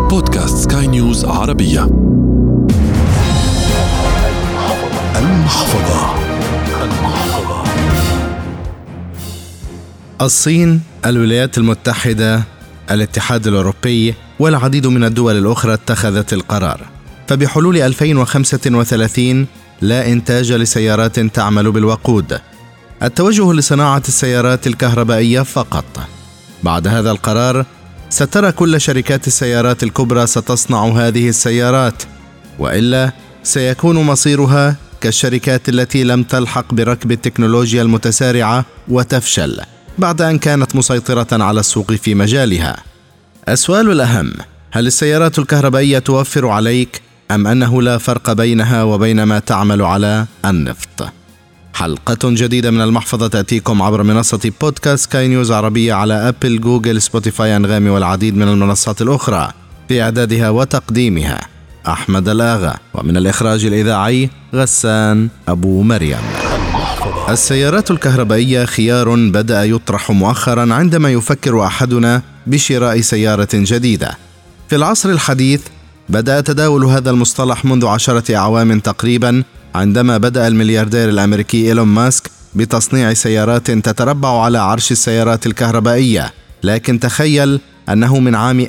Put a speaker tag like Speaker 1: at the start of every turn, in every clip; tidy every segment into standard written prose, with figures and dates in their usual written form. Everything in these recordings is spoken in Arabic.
Speaker 1: بودكاست سكاي نيوز عربية. المحفظة. الصين، الولايات المتحدة، الاتحاد الأوروبي والعديد من الدول الأخرى اتخذت القرار، فبحلول 2035 لا إنتاج لسيارات تعمل بالوقود، التوجه لصناعة السيارات الكهربائية فقط. بعد هذا القرار سترى كل شركات السيارات الكبرى ستصنع هذه السيارات، وإلا سيكون مصيرها كالشركات التي لم تلحق بركب التكنولوجيا المتسارعة وتفشل بعد أن كانت مسيطرة على السوق في مجالها. السؤال الأهم: هل السيارات الكهربائية توفر عليك، أم أنه لا فرق بينها وبين ما تعمل على النفط؟ حلقة جديدة من المحفظة تأتيكم عبر منصة بودكاست سكاي نيوز عربية على أبل، جوجل، سبوتيفاي، أنغامي والعديد من المنصات الأخرى. في إعدادها وتقديمها أحمد الآغا، ومن الإخراج الإذاعي غسان أبو مريم. السيارات الكهربائية خيار بدأ يطرح مؤخرا عندما يفكر أحدنا بشراء سيارة جديدة. في العصر الحديث بدأ تداول هذا المصطلح منذ 10 أعوام تقريبا، عندما بدأ الملياردير الأمريكي إيلون ماسك بتصنيع سيارات تتربع على عرش السيارات الكهربائية. لكن تخيل أنه من عام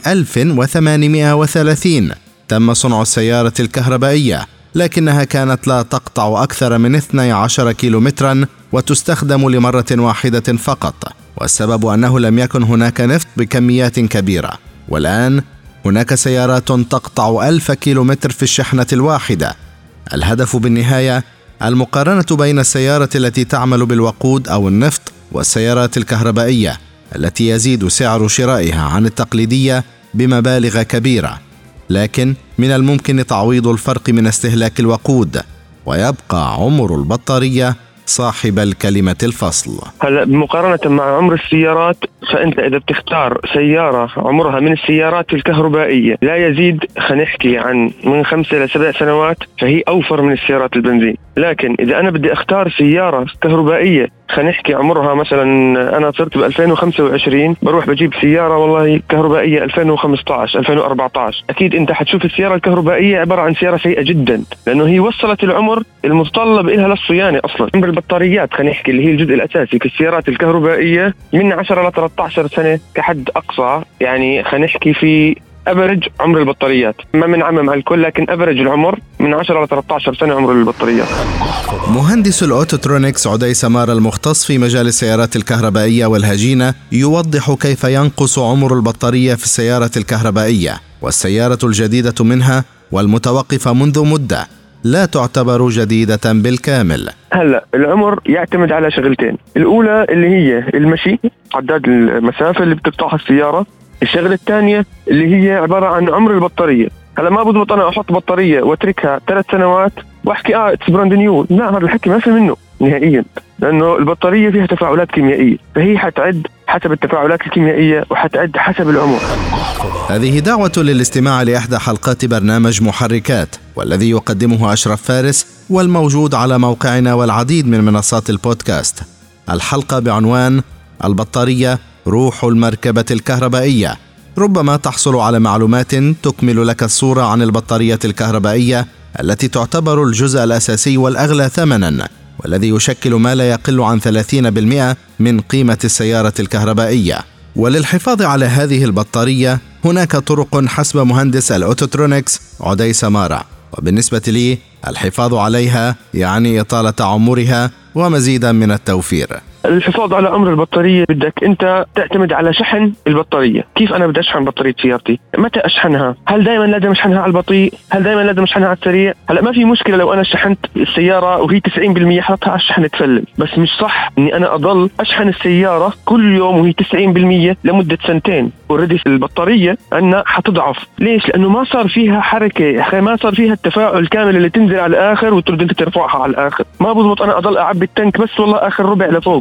Speaker 1: 1830 تم صنع السيارة الكهربائية، لكنها كانت لا تقطع أكثر من 12 كيلومترا وتستخدم لمرة واحدة فقط، والسبب أنه لم يكن هناك نفط بكميات كبيرة. والآن هناك سيارات تقطع 1000 كيلومتر في الشحنة الواحدة. الهدف بالنهاية المقارنة بين السيارة التي تعمل بالوقود أو النفط والسيارات الكهربائية التي يزيد سعر شرائها عن التقليدية بمبالغ كبيرة، لكن من الممكن تعويض الفرق من استهلاك الوقود، ويبقى عمر البطارية صاحب الكلمة الفصل.
Speaker 2: هلا بمقارنة مع عمر السيارات، فأنت إذا بتختار سيارة عمرها من السيارات الكهربائية لا يزيد، خلينا نحكي عن من 5 إلى 7 سنوات، فهي أوفر من السيارات البنزين. لكن إذا أنا بدي أختار سيارة كهربائية خلينا نحكي عمرها مثلا، أنا صرت ب 2025 بروح بجيب سيارة والله كهربائية 2015 2014، أكيد أنت حتشوف السيارة الكهربائية عبارة عن سيارة سيئة جدا، لأنه هي وصلت العمر المتطلب إلها للصيانة أصلا. عمر البطاريات خلينا نحكي اللي هي الجزء الأساسي في السيارات الكهربائية من 10 ل 13 سنة كحد أقصى، يعني خلينا نحكي في أفرج عمر البطاريات، ما بنعمم على الكل، لكن أفرج العمر من 10 ل 13 سنة عمر البطاريات.
Speaker 1: مهندس الأوتوترونكس عدي سمارة المختص في مجال السيارات الكهربائية والهجينة يوضح كيف ينقص عمر البطارية في السيارة الكهربائية، والسيارة الجديدة منها والمتوقفة منذ مدة لا تعتبر جديدة بالكامل.
Speaker 2: هلا العمر يعتمد على شغلتين، الأولى اللي هي المشي، عداد المسافة اللي بتقطعها السيارة. الشغلة الثانية اللي هي عبارة عن عمر البطارية. هلا ما بضبط أنا أحط بطارية واتركها 3 سنوات واحكي اتس براند نيو، لا، هذا الحكي ما في منه نهائيا، لأنه البطارية فيها تفاعلات كيميائية، فهي حتعد حسب التفاعلات الكيميائية وحتعد حسب العمر.
Speaker 1: هذه دعوة للاستماع لإحدى حلقات برنامج محركات، والذي يقدمه أشرف فارس، والموجود على موقعنا والعديد من منصات البودكاست. الحلقة بعنوان البطارية روح المركبة الكهربائية. ربما تحصل على معلومات تكمل لك الصورة عن البطارية الكهربائية التي تعتبر الجزء الأساسي والأغلى ثمناً، والذي يشكل ما لا يقل عن 30% من قيمة السيارة الكهربائية. وللحفاظ على هذه البطارية هناك طرق حسب مهندس الأوتوترونكس عدي سمارة، وبالنسبة لي الحفاظ عليها يعني إطالة عمرها ومزيدا من التوفير.
Speaker 2: الحفاظ على عمر البطارية بدك أنت تعتمد على شحن البطارية. كيف أنا بدي أشحن بطارية سيارتي؟ متى أشحنها؟ هل دائما لازم أشحنها على البطيء؟ هل دائما لازم أشحنها على السريع؟ هلأ ما في مشكلة لو أنا شحنت السيارة وهي 90% حطها على الشحن تفلل، بس مش صح إني أنا أضل أشحن السيارة كل يوم وهي 90% لمدة 2 سنين. وريدي البطارية أنها حتضعف. ليش؟ لأنه ما صار فيها حركة، ما صار فيها التفاعل الكامل اللي تنزل على الآخر وترد أنت ترفعها على الآخر. ما بضبط أنا أضل أعبي التانك بس والله آخر ربع لفوق،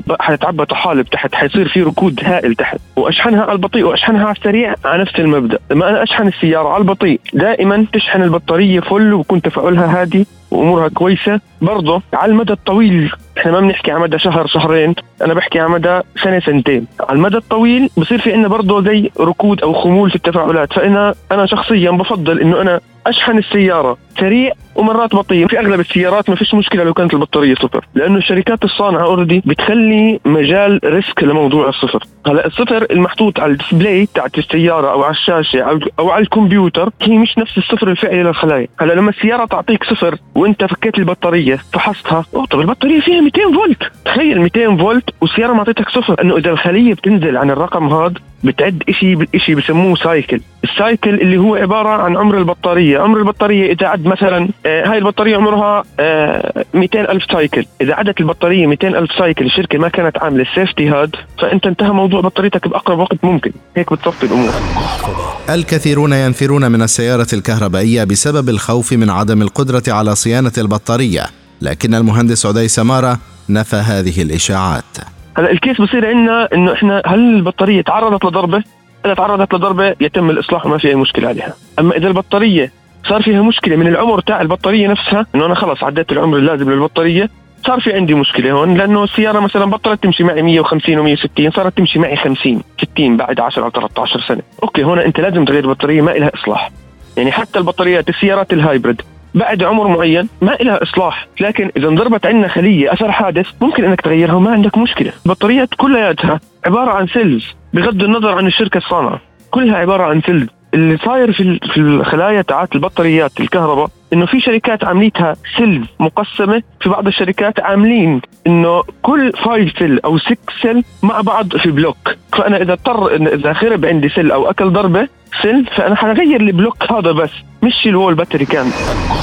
Speaker 2: حتتعبى طحالب تحت، حيصير في ركود هائل تحت، واشحنها على البطيء واشحنها على السريع على نفس المبدأ. لما انا اشحن السيارة على البطيء دائما تشحن البطارية فل ويكون تفاعلها هادي وامورها كويسة. برضه على المدى الطويل، احنا ما بنحكي على مدى شهر شهرين، انا بحكي على مدى سنة سنتين. على المدى الطويل بصير في عندنا برضه زي ركود او خمول في التفاعلات. فانا شخصيا بفضل انه انا اشحن السيارة سريع ومرات بطيء. في اغلب السيارات ما فيش مشكلة لو كانت البطارية صفر، لانه الشركات الصانعة اوريدي بتخلي مجال ريسك لموضوع الصفر. هلا الصفر المحطوط على الديسبلاي تاعت السيارة او على الشاشة او على الكمبيوتر هي مش نفس الصفر الفعلي للخلايا. هلا لما السيارة تعطيك صفر وانت فكيت البطارية فحصتها، طب البطارية فيها 200 فولت، تخيل 200 فولت والسيارة ما عطيتك صفر. انه اذا الخلية بتنزل عن الرقم هذا بتعد إشي بسموه سايكل. السايكل اللي هو عبارة عن عمر البطارية. عمر البطارية إذا عد مثلا هاي البطارية عمرها 200,000 سايكل، إذا عدت البطارية 200,000 سايكل الشركة ما كانت عاملة السيفتي هاد، فأنت انتهى موضوع بطاريتك بأقرب وقت ممكن. هيك بتصفي الأمور.
Speaker 1: الكثيرون ينفرون من السيارة الكهربائية بسبب الخوف من عدم القدرة على صيانة البطارية، لكن المهندس عدي سمارة نفى هذه الإشاعات.
Speaker 2: هلا الكيس بصير عندنا انه احنا هل البطاريه تعرضت لضربه؟ اذا تعرضت لضربه يتم الاصلاح وما في اي مشكله عليها. اما اذا البطاريه صار فيها مشكله من العمر تاع البطاريه نفسها، انه انا خلاص عديت العمر اللازم للبطاريه، صار في عندي مشكله هون، لانه السياره مثلا بطلت تمشي معي 150 و160 صارت تمشي معي 50 60 بعد 10 او 13 سنه. اوكي هون انت لازم تغير البطاريه، ما لها اصلاح. يعني حتى البطاريات السيارات الهايبريد بعد عمر معين ما إلها إصلاح، لكن إذا انضربت عندنا خلية أثر حادث ممكن إنك تغيرها وما عندك مشكلة. البطاريات كلها عبارة عن سيلز، بغض النظر عن الشركة الصانعة كلها عبارة عن سيلز. اللي صاير في الخلايا تاعت البطاريات الكهرباء إنه في شركات عامليتها سيلز مقسمة، في بعض الشركات عاملين إنه كل 5 سيل أو 6 سيل مع بعض في بلوك. فأنا إذا خرب عندي سيل أو أكل ضربة سيل فأنا حغير البلوك هذا بس، مش الوول باتري كامل.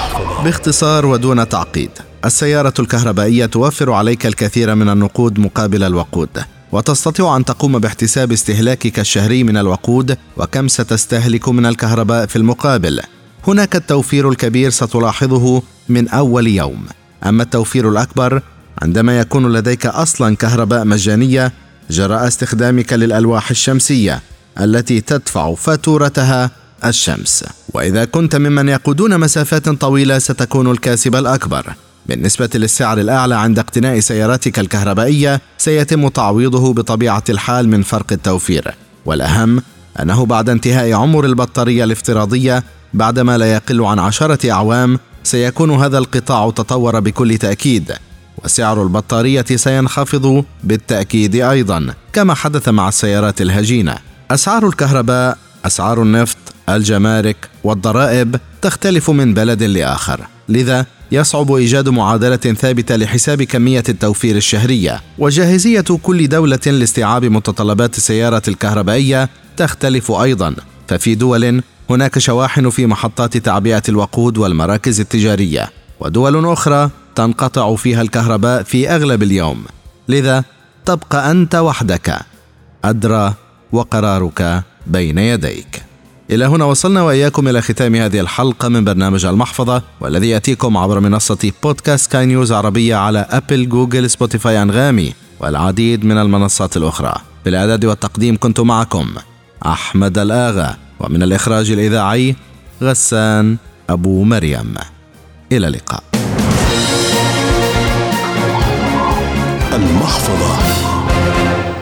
Speaker 1: باختصار ودون تعقيد، السيارة الكهربائية توفر عليك الكثير من النقود مقابل الوقود، وتستطيع أن تقوم باحتساب استهلاكك الشهري من الوقود وكم ستستهلك من الكهرباء في المقابل. هناك التوفير الكبير ستلاحظه من أول يوم، أما التوفير الأكبر عندما يكون لديك أصلا كهرباء مجانية جراء استخدامك للألواح الشمسية التي تدفع فاتورتها الشمس. وإذا كنت ممن يقودون مسافات طويلة ستكون الكاسب الأكبر. بالنسبة للسعر الأعلى عند اقتناء سياراتك الكهربائية سيتم تعويضه بطبيعة الحال من فرق التوفير، والأهم أنه بعد انتهاء عمر البطارية الافتراضية بعدما لا يقل عن 10 أعوام سيكون هذا القطاع تطور بكل تأكيد، وسعر البطارية سينخفض بالتأكيد أيضا كما حدث مع السيارات الهجينة. أسعار الكهرباء، أسعار النفط، الجمارك والضرائب تختلف من بلد لآخر، لذا يصعب إيجاد معادلة ثابتة لحساب كمية التوفير الشهرية، وجاهزية كل دولة لاستيعاب متطلبات السيارة الكهربائية تختلف أيضا. ففي دول هناك شواحن في محطات تعبئة الوقود والمراكز التجارية، ودول أخرى تنقطع فيها الكهرباء في أغلب اليوم، لذا تبقى أنت وحدك أدرى وقرارك بين يديك. إلى هنا وصلنا وإياكم إلى ختام هذه الحلقة من برنامج المحفظة، والذي يأتيكم عبر منصة بودكاست سكاي نيوز عربية على أبل، جوجل، سبوتيفاي، أنغامي والعديد من المنصات الأخرى. في الإعداد والتقديم كنت معكم أحمد الآغا، ومن الإخراج الإذاعي غسان أبو مريم. إلى اللقاء.
Speaker 3: المحفظة.